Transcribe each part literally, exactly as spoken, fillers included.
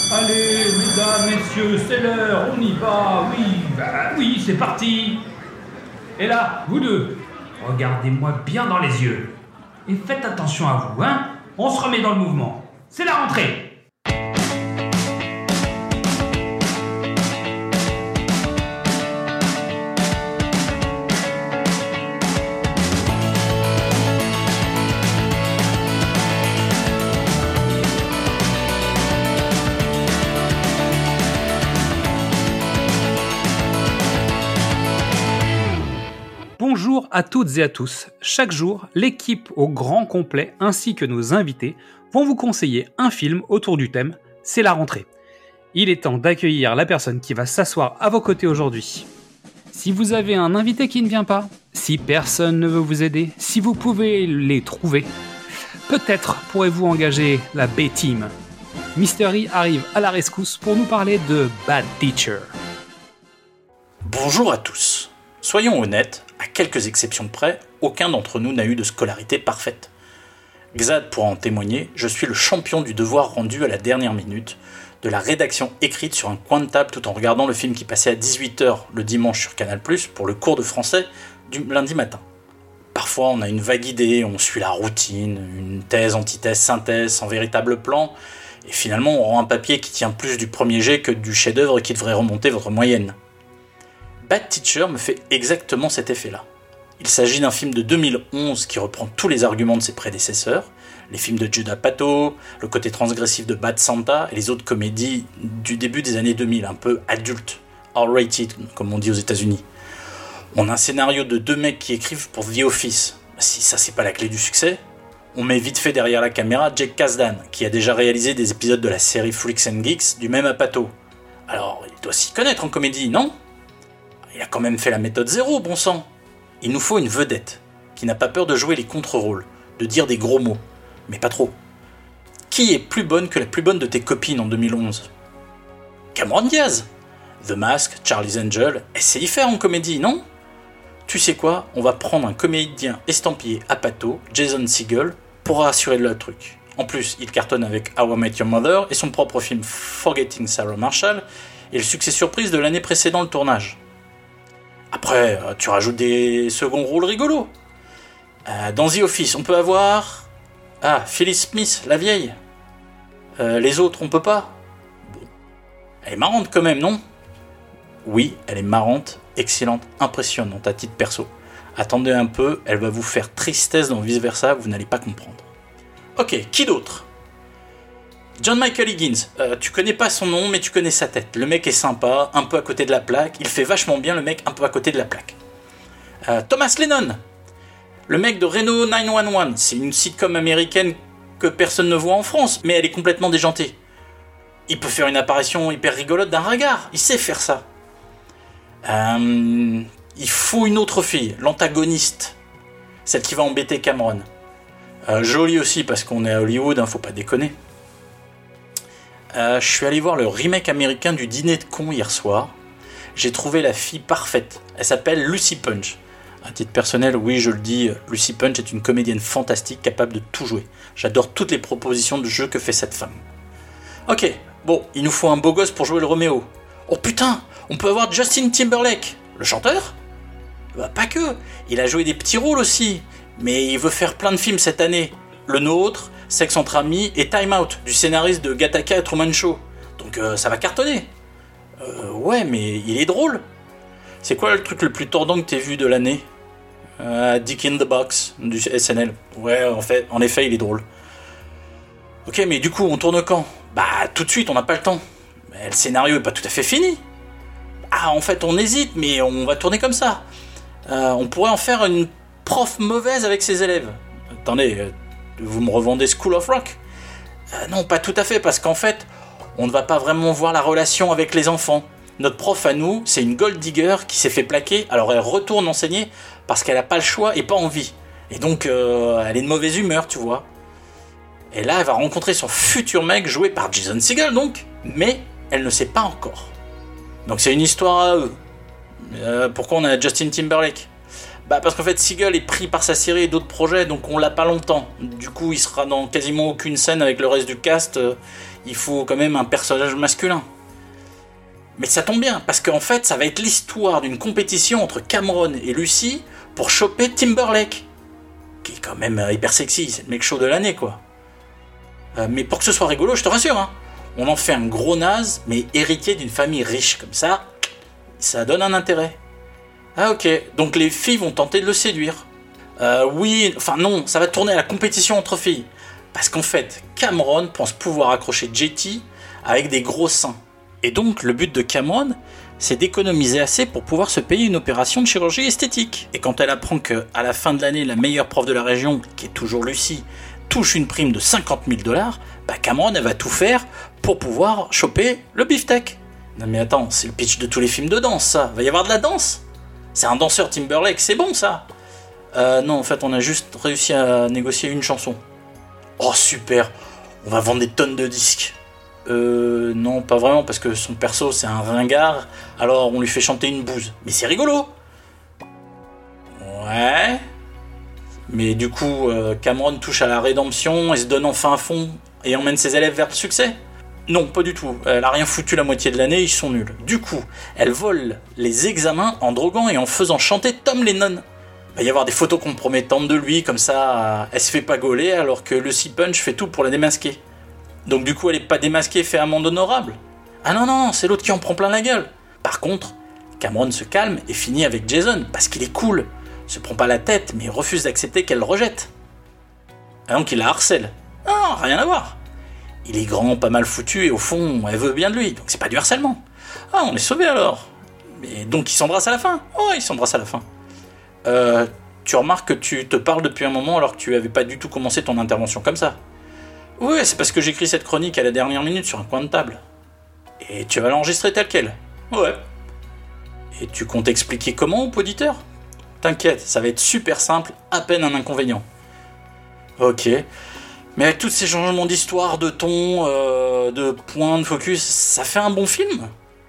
Allez, mesdames, messieurs, c'est l'heure, on y va, oui, bah oui, c'est parti. Et là, vous deux, regardez-moi bien dans les yeux. Et faites attention à vous, hein. On se remet dans le mouvement. C'est la rentrée. Bonjour à toutes et à tous. Chaque jour, l'équipe au grand complet ainsi que nos invités vont vous conseiller un film autour du thème « C'est la rentrée ». Il est temps d'accueillir la personne qui va s'asseoir à vos côtés aujourd'hui. Si vous avez un invité qui ne vient pas, si personne ne veut vous aider, si vous pouvez les trouver, peut-être pourrez-vous engager la B-Team. Mystery arrive à la rescousse pour nous parler de Bad Teacher. Bonjour à tous. Soyons honnêtes, à quelques exceptions près, aucun d'entre nous n'a eu de scolarité parfaite. Xad pourra en témoigner, je suis le champion du devoir rendu à la dernière minute, de la rédaction écrite sur un coin de table tout en regardant le film qui passait à dix-huit heures le dimanche sur Canal plus, pour le cours de français du lundi matin. Parfois on a une vague idée, on suit la routine, une thèse, antithèse, synthèse, sans véritable plan, et finalement on rend un papier qui tient plus du premier jet que du chef-d'œuvre qui devrait remonter votre moyenne. Bad Teacher me fait exactement cet effet-là. Il s'agit d'un film de deux mille onze qui reprend tous les arguments de ses prédécesseurs, les films de Judd Apatow, le côté transgressif de Bad Santa et les autres comédies du début des années deux mille, un peu adultes, R-rated comme on dit aux États-Unis. On a un scénario de deux mecs qui écrivent pour The Office. Si ça c'est pas la clé du succès, on met vite fait derrière la caméra Jake Kasdan, qui a déjà réalisé des épisodes de la série Freaks and Geeks du même Apatow. Alors il doit s'y connaître en comédie, non ? Il a quand même fait la méthode zéro, bon sang. Il nous faut une vedette, qui n'a pas peur de jouer les contre-rôles, de dire des gros mots, mais pas trop. Qui est plus bonne que la plus bonne de tes copines en deux mille onze ? Cameron Diaz. The Mask, Charlie's Angel, elle sait y faire en comédie, non ? Tu sais quoi ? On va prendre un comédien estampillé Apatow, Jason Segel, pour assurer le truc. En plus, il cartonne avec How I Met Your Mother et son propre film Forgetting Sarah Marshall, et le succès surprise de l'année précédant le tournage. Après, tu rajoutes des seconds rôles rigolos. Euh, dans The Office, on peut avoir... Ah, Phyllis Smith, la vieille. Euh, les autres, on peut pas. Bon. Elle est marrante quand même, non ? Oui, elle est marrante, excellente, impressionnante à titre perso. Attendez un peu, elle va vous faire tristesse dans Vice Versa, vous n'allez pas comprendre. Ok, qui d'autre ? John Michael Higgins, euh, tu connais pas son nom, mais tu connais sa tête. Le mec est sympa, un peu à côté de la plaque. Il fait vachement bien le mec un peu à côté de la plaque. Euh, Thomas Lennon, le mec de Reno neuf un un. C'est une sitcom américaine que personne ne voit en France, mais elle est complètement déjantée. Il peut faire une apparition hyper rigolote d'un regard. Il sait faire ça. Euh, il faut une autre fille, l'antagoniste. Celle qui va embêter Cameron. Euh, jolie aussi, parce qu'on est à Hollywood, hein, faut pas déconner. Euh, je suis allé voir le remake américain du Dîner de cons hier soir. J'ai trouvé la fille parfaite. Elle s'appelle Lucy Punch. À titre personnel, oui, je le dis, Lucy Punch est une comédienne fantastique capable de tout jouer. J'adore toutes les propositions de jeu que fait cette femme. Ok, bon, il nous faut un beau gosse pour jouer le Roméo. Oh putain, on peut avoir Justin Timberlake, le chanteur ? Bah pas que, il a joué des petits rôles aussi. Mais il veut faire plein de films cette année. Le Nôtre, Sex entre amis et Time Out, du scénariste de Gattaca et Truman Show. Donc euh, ça va cartonner. Euh, ouais, mais il est drôle. C'est quoi le truc le plus tordant que t'aies vu de l'année ? euh, Dick in the Box, du S N L. Ouais, en fait, en effet, il est drôle. Ok, mais du coup, on tourne quand ? Bah, tout de suite, on n'a pas le temps. Mais le scénario est pas tout à fait fini. Ah, en fait, on hésite, mais on va tourner comme ça. Euh, on pourrait en faire une prof mauvaise avec ses élèves. Attendez... Euh, Vous me revendez School of Rock ? euh, Non, pas tout à fait, parce qu'en fait, on ne va pas vraiment voir la relation avec les enfants. Notre prof à nous, c'est une gold digger qui s'est fait plaquer, alors elle retourne enseigner parce qu'elle n'a pas le choix et pas envie. Et donc, euh, elle est de mauvaise humeur, tu vois. Et là, elle va rencontrer son futur mec, joué par Jason Segel, donc, mais elle ne sait pas encore. Donc c'est une histoire à eux. Euh, pourquoi on a Justin Timberlake ? Bah parce qu'en fait Seagal est pris par sa série et d'autres projets, donc on l'a pas longtemps. Du coup il sera dans quasiment aucune scène avec le reste du cast, euh, il faut quand même un personnage masculin. Mais ça tombe bien, parce qu'en fait ça va être l'histoire d'une compétition entre Cameron et Lucy pour choper Timberlake, qui est quand même euh, hyper sexy, c'est le mec chaud de l'année quoi. Euh, mais pour que ce soit rigolo, je te rassure, hein, on en fait un gros naze, mais héritier d'une famille riche comme ça, ça donne un intérêt. Ah ok, donc les filles vont tenter de le séduire. Euh, oui, enfin non, ça va tourner à la compétition entre filles. Parce qu'en fait, Cameron pense pouvoir accrocher J T avec des gros seins. Et donc le but de Cameron, c'est d'économiser assez pour pouvoir se payer une opération de chirurgie esthétique. Et quand elle apprend qu'à la fin de l'année, la meilleure prof de la région, qui est toujours Lucy, touche une prime de cinquante mille dollars, bah Cameron elle va tout faire pour pouvoir choper le beefsteak. Non mais attends, c'est le pitch de tous les films de danse ça, va y avoir de la danse. C'est un danseur Timberlake, c'est bon ça. Euh, non, en fait, on a juste réussi à négocier une chanson. Oh super, on va vendre des tonnes de disques. Euh, non, pas vraiment, parce que son perso c'est un ringard, alors on lui fait chanter une bouse. Mais c'est rigolo. Ouais. Mais du coup, euh, Cameron touche à la rédemption et se donne enfin à fond et emmène ses élèves vers le succès. Non, pas du tout. Elle a rien foutu la moitié de l'année, ils sont nuls. Du coup, elle vole les examens en droguant et en faisant chanter Tom Lennon. Il va y avoir des photos compromettantes de lui, comme ça, elle se fait pas gauler, alors que Lucy Punch fait tout pour la démasquer. Donc du coup, elle est pas démasquée, fait amende honorable. Ah non, non, c'est l'autre qui en prend plein la gueule. Par contre, Cameron se calme et finit avec Jason, parce qu'il est cool. Se prend pas la tête, mais refuse d'accepter qu'elle le rejette. Ah donc il la harcèle. Non, rien à voir. Il est grand, pas mal foutu, et au fond, elle veut bien de lui, donc c'est pas du harcèlement. Ah, on est sauvés alors. Mais donc ils s'embrassent à la fin. Oh, ils s'embrassent à la fin. Euh, tu remarques que tu te parles depuis un moment alors que tu avais pas du tout commencé ton intervention comme ça. Oui, c'est parce que j'écris cette chronique à la dernière minute sur un coin de table. Et tu vas l'enregistrer tel quel. Ouais. Et tu comptes expliquer comment aux auditeurs ? T'inquiète, ça va être super simple, à peine un inconvénient. Ok. Mais avec tous ces changements d'histoire, de ton, euh, de point de focus, ça fait un bon film ?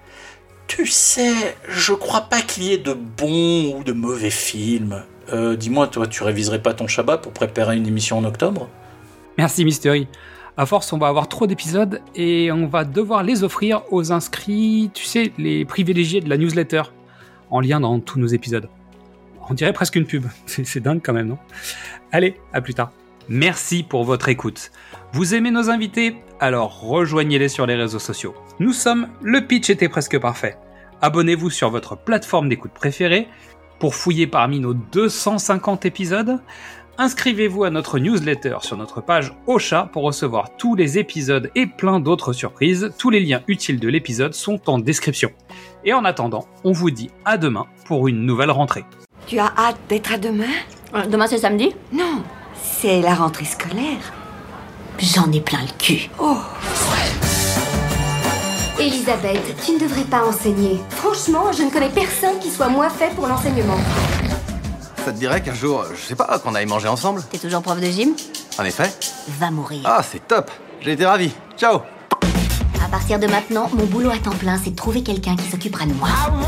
Tu sais, je crois pas qu'il y ait de bons ou de mauvais films. Euh, dis-moi, toi, tu réviserais pas ton Shabbat pour préparer une émission en octobre ? Merci Mystery. À force, on va avoir trop d'épisodes et on va devoir les offrir aux inscrits, tu sais, les privilégiés de la newsletter, en lien dans tous nos épisodes. On dirait presque une pub. C'est, c'est dingue quand même, non ? Allez, à plus tard. Merci pour votre écoute. Vous aimez nos invités ? Alors rejoignez-les sur les réseaux sociaux. Nous sommes Le Pitch était presque parfait. Abonnez-vous sur votre plateforme d'écoute préférée pour fouiller parmi nos deux cent cinquante épisodes. Inscrivez-vous à notre newsletter sur notre page Ocha pour recevoir tous les épisodes et plein d'autres surprises. Tous les liens utiles de l'épisode sont en description. Et en attendant, on vous dit à demain pour une nouvelle rentrée. Tu as hâte d'être à demain ? Euh, Demain c'est samedi ? Non, c'est la rentrée scolaire. J'en ai plein le cul. Oh. Elisabeth, tu ne devrais pas enseigner. Franchement, je ne connais personne qui soit moins fait pour l'enseignement. Ça te dirait qu'un jour, je sais pas, qu'on aille manger ensemble ? T'es toujours prof de gym ? En effet. Va mourir. Ah, c'est top. J'ai été ravi. Ciao. À partir de maintenant, mon boulot à temps plein, c'est de trouver quelqu'un qui s'occupera de moi.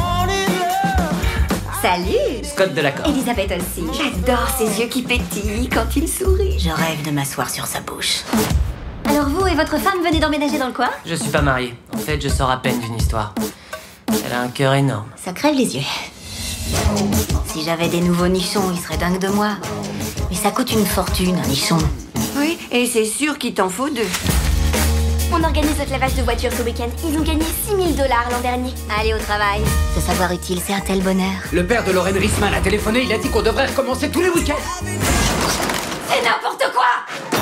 Salut Scott Delacroix. Elisabeth aussi. J'adore ses yeux qui pétillent quand il sourit. Je rêve de m'asseoir sur sa bouche. Alors vous et votre femme venez d'emménager dans le coin ? Je suis pas marié. En fait, je sors à peine d'une histoire. Elle a un cœur énorme. Ça crève les yeux. Si j'avais des nouveaux nichons, ils seraient dingues de moi. Mais ça coûte une fortune, un nichon. Oui, et c'est sûr qu'il t'en faut deux. On organise notre lavage de voiture ce week-end. Ils ont gagné six mille dollars l'an dernier. Allez au travail. Ce savoir utile, c'est un tel bonheur. Le père de Lorraine Risman a téléphoné, il a dit qu'on devrait recommencer tous les week-ends. C'est n'importe quoi!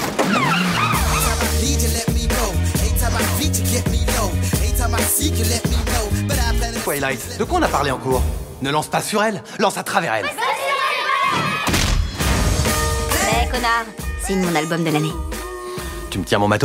Twilight, de quoi on a parlé en cours ? Ne lance pas sur elle, lance à travers elle. Eh, connard, signe mon album de l'année. Tu me tiens mon matos ?